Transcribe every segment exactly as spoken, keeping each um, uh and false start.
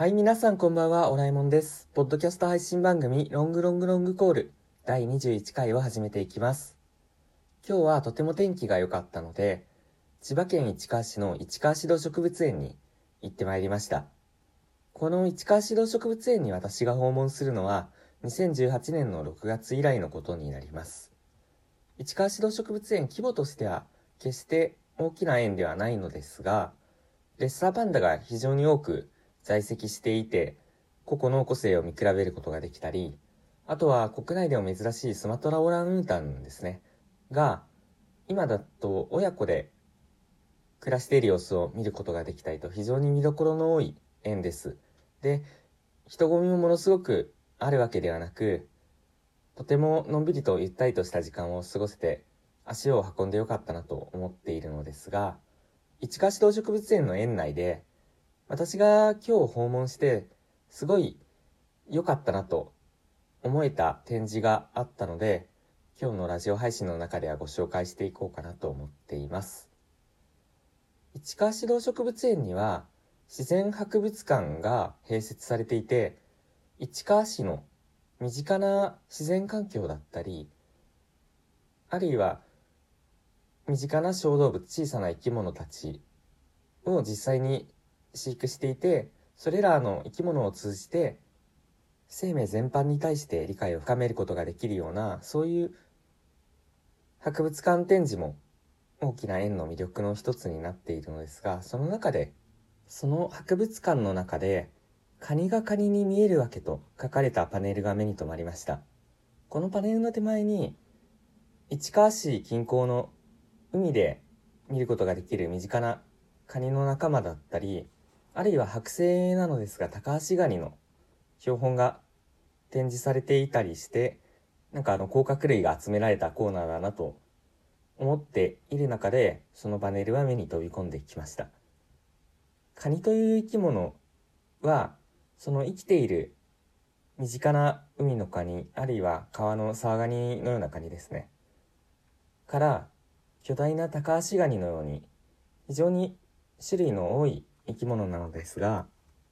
はい、皆さんこんばんは、オラえもんです。ポッドキャスト配信番組、ロングロングロングコール、だいにじゅういっかいを始めていきます。今日はとても天気が良かったので、千葉県市川市の市川市動植物園に行ってまいりました。この市川市動植物園に私が訪問するのは、にせんじゅうはちねんのろくがつ以来のことになります。市川市動植物園規模としては、決して大きな園ではないのですが、レッサーパンダが非常に多く在籍していて、個々の個性を見比べることができたり、あとは国内でも珍しいスマトラオランウータンですね。が、今だと親子で暮らしている様子を見ることができたりと非常に見どころの多い園です。で、人混みもものすごくあるわけではなく、とてものんびりとゆったりとした時間を過ごせて足を運んでよかったなと思っているのですが、市川市動植物園の園内で私が今日訪問してすごい良かったなと思えた展示があったので、今日のラジオ配信の中ではご紹介していこうかなと思っています。市川市動植物園には自然博物館が併設されていて、市川市の身近な自然環境だったり、あるいは身近な小動物、小さな生き物たちを実際に飼育していて、それらの生き物を通じて生命全般に対して理解を深めることができるような、そういう博物館展示も大きな園の魅力の一つになっているのですが、その中でその博物館の中でカニがカニに見えるわけと書かれたパネルが目に留まりました。このパネルの手前に市川市近郊の海で見ることができる身近なカニの仲間だったり、あるいは剥製なのですがタカアシガニの標本が展示されていたりして、なんかあの甲殻類が集められたコーナーだなと思っている中で、そのパネルは目に飛び込んできました。カニという生き物はその生きている身近な海のカニ、あるいは川のサワガニのようなカニですねから巨大なタカアシガニのように非常に種類の多い生き物なのですが、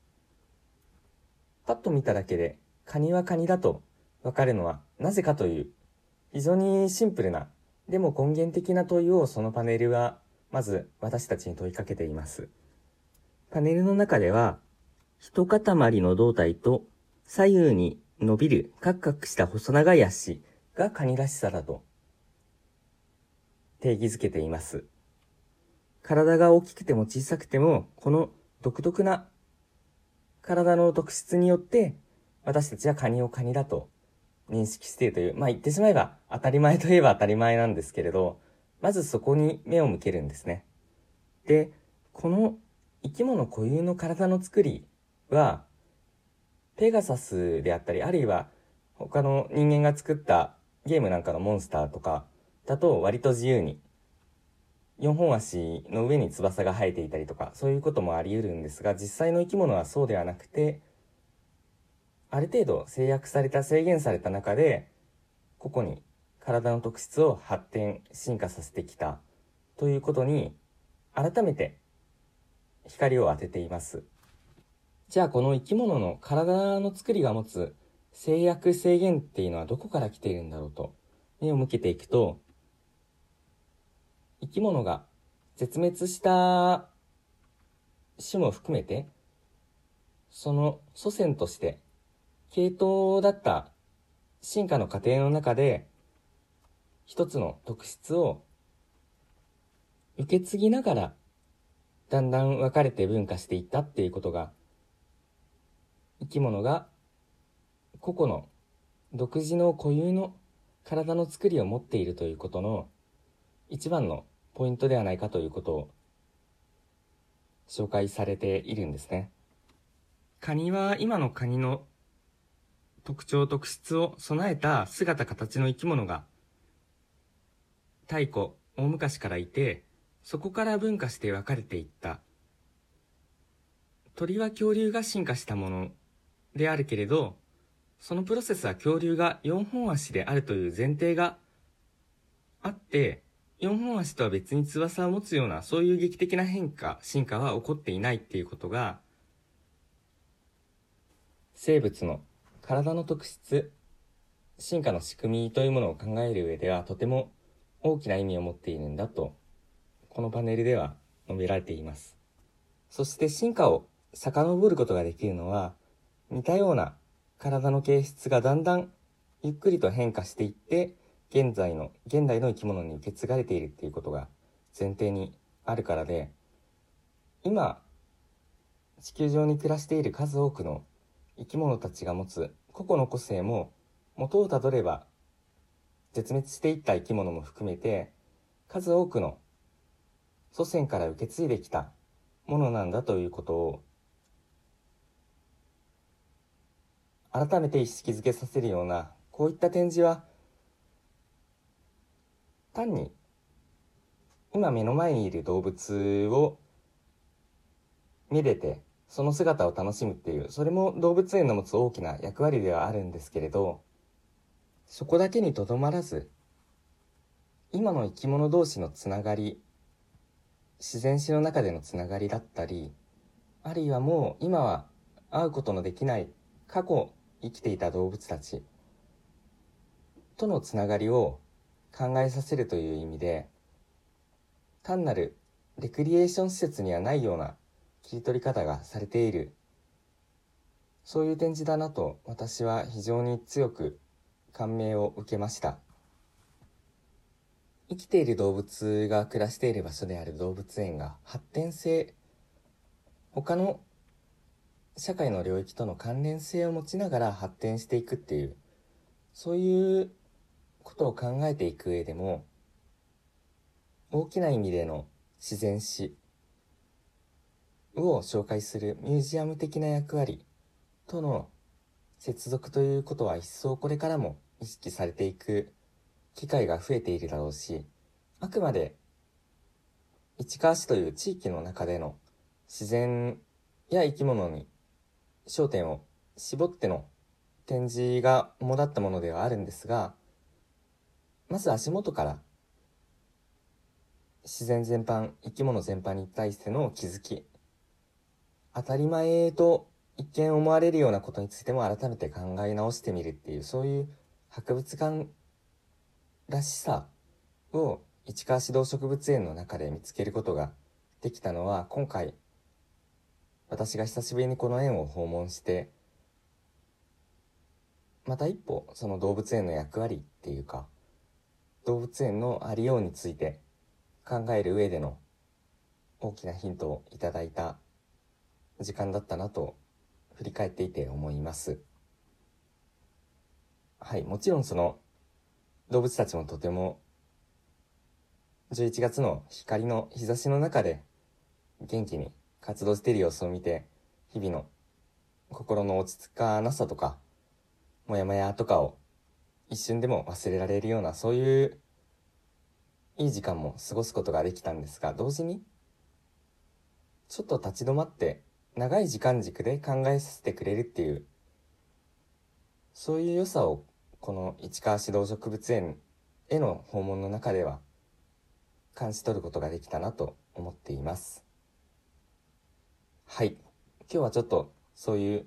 パッと見ただけでカニはカニだとわかるのはなぜかという非常にシンプルな、でも根源的な問いをそのパネルはまず私たちに問いかけています。パネルの中では一塊の胴体と左右に伸びるカクカクした細長い足がカニらしさだと定義づけています。体が大きくても小さくても、この独特な体の特質によって私たちはカニをカニだと認識しているという、まあ言ってしまえば当たり前といえば当たり前なんですけれど、まずそこに目を向けるんですね。で、この生き物固有の体の作りはペガサスであったり、あるいは他の人間が作ったゲームなんかのモンスターとかだと割と自由によんほん足の上に翼が生えていたりとか、そういうこともあり得るんですが、実際の生き物はそうではなくて、ある程度制約された、制限された中で個々に体の特質を発展進化させてきたということに改めて光を当てています。じゃあこの生き物の体の作りが持つ制約制限っていうのはどこから来ているんだろうと目を向けていくと、生き物が絶滅した種も含めてその祖先として系統だった進化の過程の中で一つの特質を受け継ぎながらだんだん分かれて分化していったっていうことが、生き物が個々の独自の固有の体の作りを持っているということの一番のポイントではないかということを紹介されているんですね。カニは今のカニの特徴特質を備えた姿形の生き物が太古大昔からいて、そこから分化して分かれていった。鳥は恐竜が進化したものであるけれど、そのプロセスは恐竜がよんほん足であるという前提があって、よんほん足とは別に翼を持つようなそういう劇的な変化進化は起こっていないっていうことが生物の体の特質、進化の仕組みというものを考える上ではとても大きな意味を持っているんだと、このパネルでは述べられています。そして進化を遡ることができるのは、似たような体の形質がだんだんゆっくりと変化していって、現在の、現代の生き物に受け継がれているっていうことが前提にあるからで、今、地球上に暮らしている数多くの生き物たちが持つ個々の個性も、元をたどれば絶滅していった生き物も含めて、数多くの祖先から受け継いできたものなんだということを改めて意識づけさせるような、こういった展示は単に今目の前にいる動物をめでてその姿を楽しむっていう、それも動物園の持つ大きな役割ではあるんですけれど、そこだけにとどまらず、今の生き物同士のつながり、自然史の中でのつながりだったり、あるいはもう今は会うことのできない過去生きていた動物たちとのつながりを考えさせるという意味で、単なるレクリエーション施設にはないような切り取り方がされている、そういう展示だなと私は非常に強く感銘を受けました。生きている動物が暮らしている場所である動物園が発展性、他の社会の領域との関連性を持ちながら発展していくっていう、そういうことを考えていく上でも、大きな意味での自然史を紹介するミュージアム的な役割との接続ということは一層これからも意識されていく機会が増えているだろうし、あくまで市川市という地域の中での自然や生き物に焦点を絞っての展示が主だったものではあるんですが、まず足元から自然全般、生き物全般に対しての気づき、当たり前と一見思われるようなことについても改めて考え直してみるっていう、そういう博物館らしさを市川市動植物園の中で見つけることができたのは、今回私が久しぶりにこの園を訪問して、また一歩その動物園の役割っていうか、動物園のありようについて考える上での大きなヒントをいただいた時間だったなと振り返っていて思います。はい、もちろんその動物たちもとてもじゅういちがつの光の日差しの中で元気に活動している様子を見て、日々の心の落ち着かなさとかモヤモヤとかを一瞬でも忘れられるような、そういういい時間も過ごすことができたんですが、同時にちょっと立ち止まって長い時間軸で考えさせてくれるっていう、そういう良さをこの市川市動植物園への訪問の中では感じ取ることができたなと思っています。はい、今日はちょっとそういう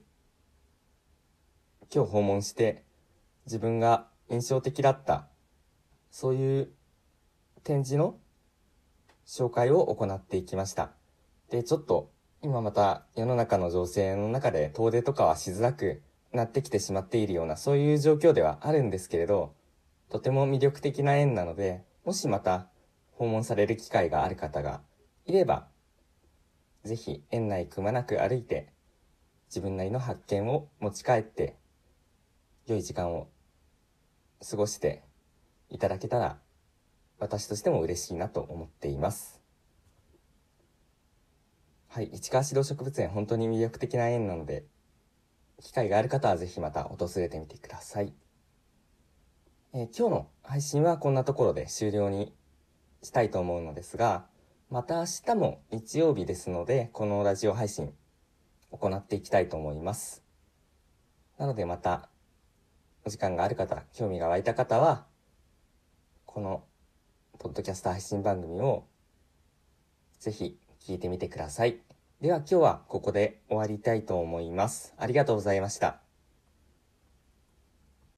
今日訪問して自分が印象的だったそういう展示の紹介を行っていきました。で、ちょっと今また世の中の情勢の中で遠出とかはしづらくなってきてしまっているような、そういう状況ではあるんですけれど、とても魅力的な園なので、もしまた訪問される機会がある方がいれば、ぜひ園内くまなく歩いて自分なりの発見を持ち帰って良い時間を過ごしていただけたら私としても嬉しいなと思っています。はい、市川市動植物園本当に魅力的な園なので、機会がある方はぜひまた訪れてみてください。えー、今日の配信はこんなところで終了にしたいと思うのですが、また明日も日曜日ですので、このラジオ配信行っていきたいと思います。なのでまたお時間がある方、興味が湧いた方は、このポッドキャスト配信番組をぜひ聞いてみてください。では今日はここで終わりたいと思います。ありがとうございました。